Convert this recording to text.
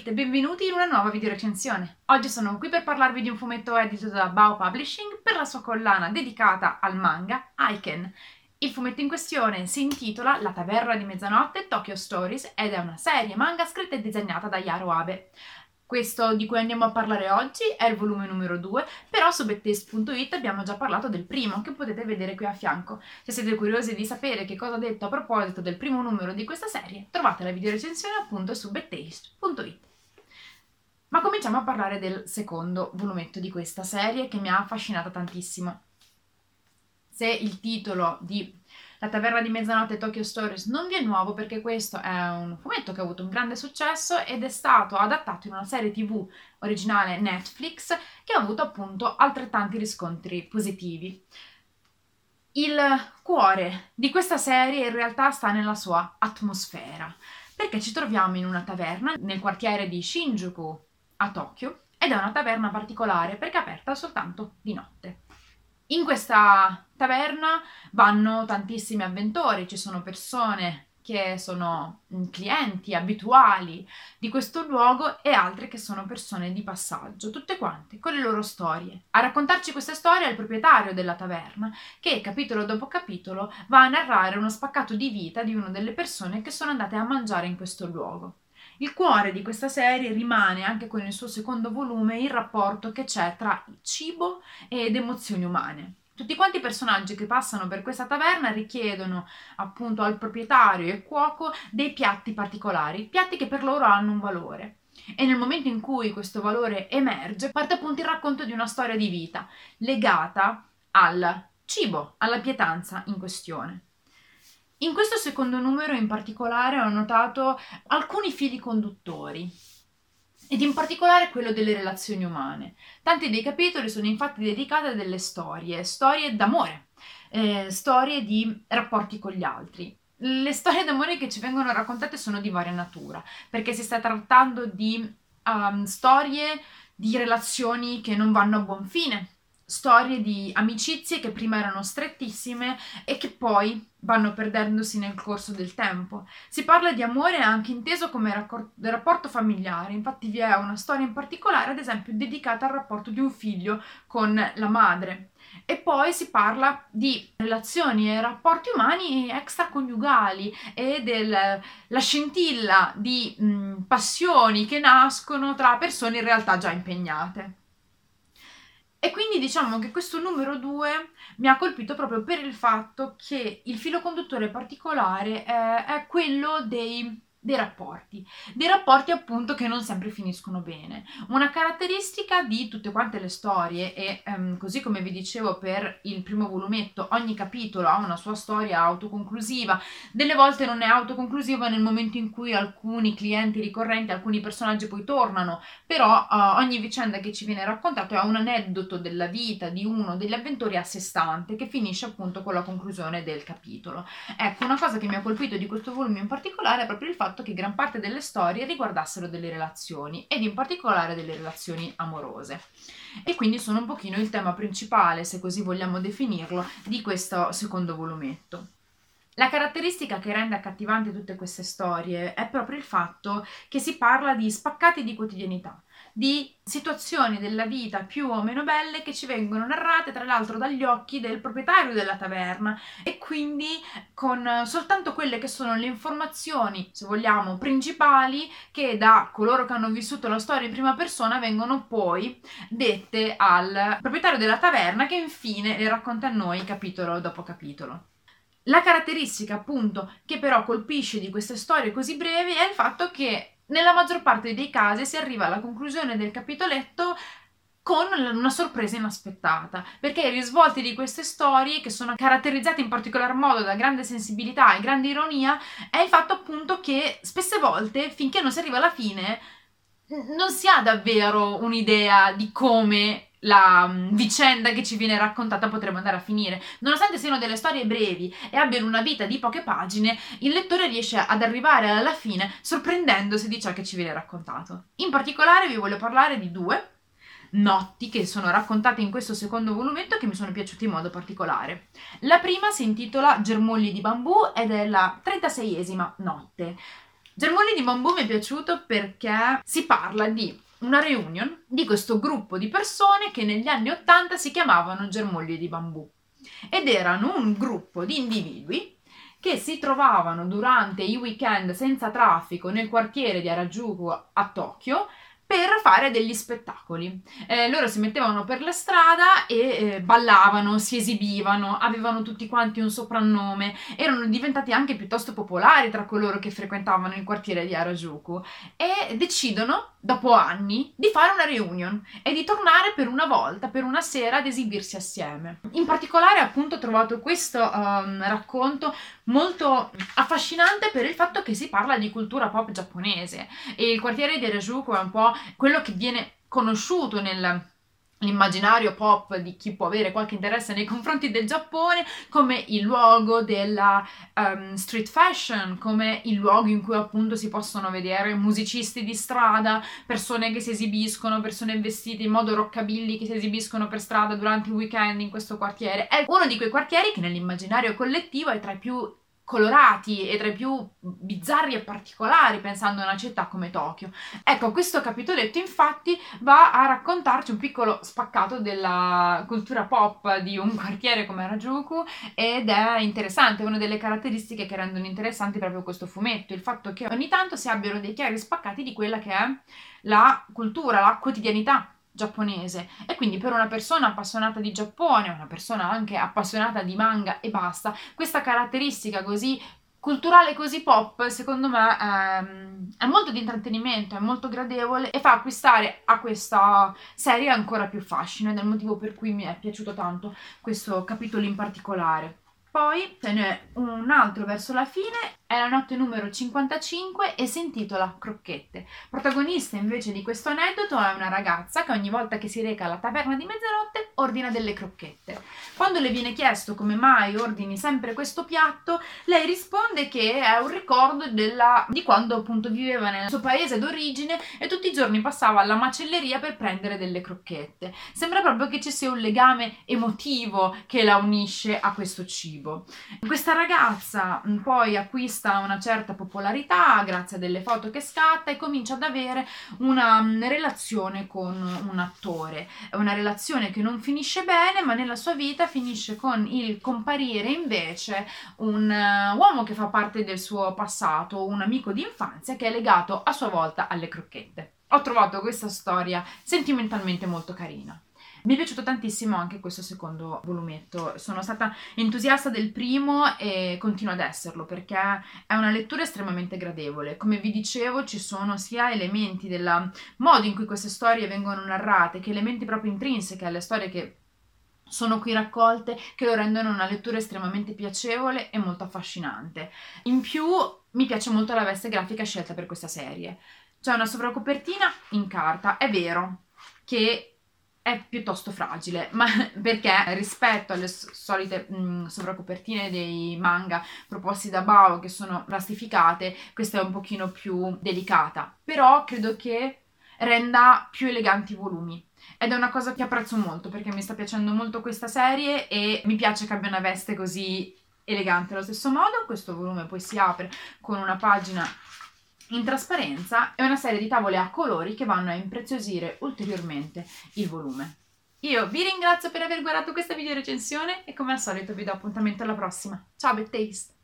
It e benvenuti in una nuova videorecensione. Oggi sono qui per parlarvi di un fumetto edito da Bao Publishing per la sua collana dedicata al manga Aiken. Il fumetto in questione si intitola La taverna di mezzanotte Tokyo Stories ed è una serie manga scritta e disegnata da Yaro Abe. Questo di cui andiamo a parlare oggi è il volume numero 2, però su Bettaste.it abbiamo già parlato del primo, che potete vedere qui a fianco. Se siete curiosi di sapere che cosa ho detto a proposito del primo numero di questa serie, trovate la videorecensione appunto su Bettaste.it. Ma cominciamo a parlare del secondo volumetto di questa serie che mi ha affascinata tantissimo. Se il titolo di La taverna di mezzanotte Tokyo Stories non vi è nuovo, perché questo è un fumetto che ha avuto un grande successo ed è stato adattato in una serie TV originale Netflix che ha avuto appunto altrettanti riscontri positivi. Il cuore di questa serie in realtà sta nella sua atmosfera, perché ci troviamo in una taverna nel quartiere di Shinjuku a Tokyo ed è una taverna particolare perché è aperta soltanto di notte. In questa taverna vanno tantissimi avventori, ci sono persone che sono clienti abituali di questo luogo e altre che sono persone di passaggio, tutte quante con le loro storie. A raccontarci queste storie è il proprietario della taverna che capitolo dopo capitolo va a narrare uno spaccato di vita di una delle persone che sono andate a mangiare in questo luogo. Il cuore di questa serie rimane, anche con il suo secondo volume, il rapporto che c'è tra cibo ed emozioni umane. Tutti quanti i personaggi che passano per questa taverna richiedono appunto al proprietario e cuoco dei piatti particolari, piatti che per loro hanno un valore. E nel momento in cui questo valore emerge, parte appunto il racconto di una storia di vita legata al cibo, alla pietanza in questione. In questo secondo numero in particolare ho notato alcuni fili conduttori ed in particolare quello delle relazioni umane. Tanti dei capitoli sono infatti dedicati a delle storie d'amore, storie di rapporti con gli altri. Le storie d'amore che ci vengono raccontate sono di varia natura, perché si sta trattando di storie di relazioni che non vanno a buon fine, storie di amicizie che prima erano strettissime e che poi vanno perdendosi nel corso del tempo. Si parla di amore anche inteso come rapporto familiare, infatti vi è una storia in particolare, ad esempio, dedicata al rapporto di un figlio con la madre. E poi si parla di relazioni e rapporti umani extraconiugali e della scintilla di passioni che nascono tra persone in realtà già impegnate. E quindi diciamo che questo numero 2 mi ha colpito proprio per il fatto che il filo conduttore particolare è quello dei rapporti appunto che non sempre finiscono bene. Una caratteristica di tutte quante le storie e così come vi dicevo per il primo volumetto, ogni capitolo ha una sua storia autoconclusiva, delle volte non è autoconclusiva nel momento in cui alcuni clienti ricorrenti, alcuni personaggi poi tornano, però ogni vicenda che ci viene raccontato è un aneddoto della vita di uno degli avventori a sé stante che finisce appunto con la conclusione del capitolo. Ecco, una cosa che mi ha colpito di questo volume in particolare è proprio il fatto che gran parte delle storie riguardassero delle relazioni ed in particolare delle relazioni amorose. E quindi sono un pochino il tema principale, se così vogliamo definirlo, di questo secondo volumetto. La caratteristica che rende accattivanti tutte queste storie è proprio il fatto che si parla di spaccati di quotidianità, di situazioni della vita più o meno belle che ci vengono narrate tra l'altro dagli occhi del proprietario della taverna e quindi con soltanto quelle che sono le informazioni, se vogliamo, principali che da coloro che hanno vissuto la storia in prima persona vengono poi dette al proprietario della taverna che infine le racconta a noi capitolo dopo capitolo. La caratteristica appunto che però colpisce di queste storie così brevi è il fatto che nella maggior parte dei casi si arriva alla conclusione del capitoletto con una sorpresa inaspettata, perché i risvolti di queste storie, che sono caratterizzate in particolar modo da grande sensibilità e grande ironia, è il fatto appunto che spesse volte, finché non si arriva alla fine, non si ha davvero un'idea di come la vicenda che ci viene raccontata potrebbe andare a finire. Nonostante siano delle storie brevi e abbiano una vita di poche pagine, il lettore riesce ad arrivare alla fine sorprendendosi di ciò che ci viene raccontato. In particolare vi voglio parlare di due notti che sono raccontate in questo secondo volumetto che mi sono piaciuti in modo particolare. La prima si intitola Germogli di bambù ed è la 36esima notte. Germogli di bambù mi è piaciuto perché si parla di una reunion di questo gruppo di persone che negli anni '80 si chiamavano Germogli di bambù ed erano un gruppo di individui che si trovavano durante i weekend senza traffico nel quartiere di Harajuku a Tokyo per fare degli spettacoli. Loro si mettevano per la strada e ballavano, si esibivano, avevano tutti quanti un soprannome, erano diventati anche piuttosto popolari tra coloro che frequentavano il quartiere di Harajuku e decidono, dopo anni, di fare una reunion e di tornare per una volta, per una sera, ad esibirsi assieme. In particolare, appunto, ho trovato questo racconto molto affascinante per il fatto che si parla di cultura pop giapponese e il quartiere di Harajuku è un po' quello che viene conosciuto nell'immaginario pop di chi può avere qualche interesse nei confronti del Giappone come il luogo della street fashion, come il luogo in cui appunto si possono vedere musicisti di strada, persone che si esibiscono, persone vestite in modo rockabilly che si esibiscono per strada durante il weekend in questo quartiere. È uno di quei quartieri che nell'immaginario collettivo è tra i più colorati e tra i più bizzarri e particolari pensando a una città come Tokyo. Ecco, questo capitoletto infatti va a raccontarci un piccolo spaccato della cultura pop di un quartiere come Harajuku ed è interessante, è una delle caratteristiche che rendono interessante proprio questo fumetto, il fatto che ogni tanto si abbiano dei chiari spaccati di quella che è la cultura, la quotidianità giapponese e quindi per una persona appassionata di Giappone, una persona anche appassionata di manga e basta, questa caratteristica così culturale, così pop, secondo me è molto di intrattenimento, è molto gradevole e fa acquistare a questa serie ancora più fascino ed è il motivo per cui mi è piaciuto tanto questo capitolo in particolare. Poi ce n'è un altro verso la fine, è la notte numero 55 e si intitola Crocchette. Protagonista invece di questo aneddoto è una ragazza che ogni volta che si reca alla taverna di mezzanotte ordina delle crocchette. Quando le viene chiesto come mai ordini sempre questo piatto, lei risponde che è un ricordo di quando appunto viveva nel suo paese d'origine e tutti i giorni passava alla macelleria per prendere delle crocchette. Sembra proprio che ci sia un legame emotivo che la unisce a questo cibo. Questa ragazza poi acquista una certa popolarità grazie a delle foto che scatta e comincia ad avere una relazione con un attore. È una relazione che non finisce bene, ma nella sua vita finisce con il comparire invece un uomo che fa parte del suo passato, un amico di infanzia che è legato a sua volta alle crocchette. Ho trovato questa storia sentimentalmente molto carina. Mi è piaciuto tantissimo anche questo secondo volumetto, sono stata entusiasta del primo e continuo ad esserlo perché è una lettura estremamente gradevole. Come vi dicevo ci sono sia elementi del modo in cui queste storie vengono narrate che elementi proprio intrinseche alle storie che sono qui raccolte che lo rendono una lettura estremamente piacevole e molto affascinante. In più mi piace molto la veste grafica scelta per questa serie. C'è una sovracopertina in carta, è vero che è piuttosto fragile, ma perché rispetto alle solite sovracopertine dei manga proposti da Bao che sono plastificate, questa è un pochino più delicata, però credo che renda più eleganti i volumi. Ed è una cosa che apprezzo molto perché mi sta piacendo molto questa serie e mi piace che abbia una veste così elegante allo stesso modo. Questo volume poi si apre con una pagina in trasparenza e una serie di tavole a colori che vanno a impreziosire ulteriormente il volume. Io vi ringrazio per aver guardato questa video recensione e come al solito vi do appuntamento alla prossima. Ciao Bad Taste!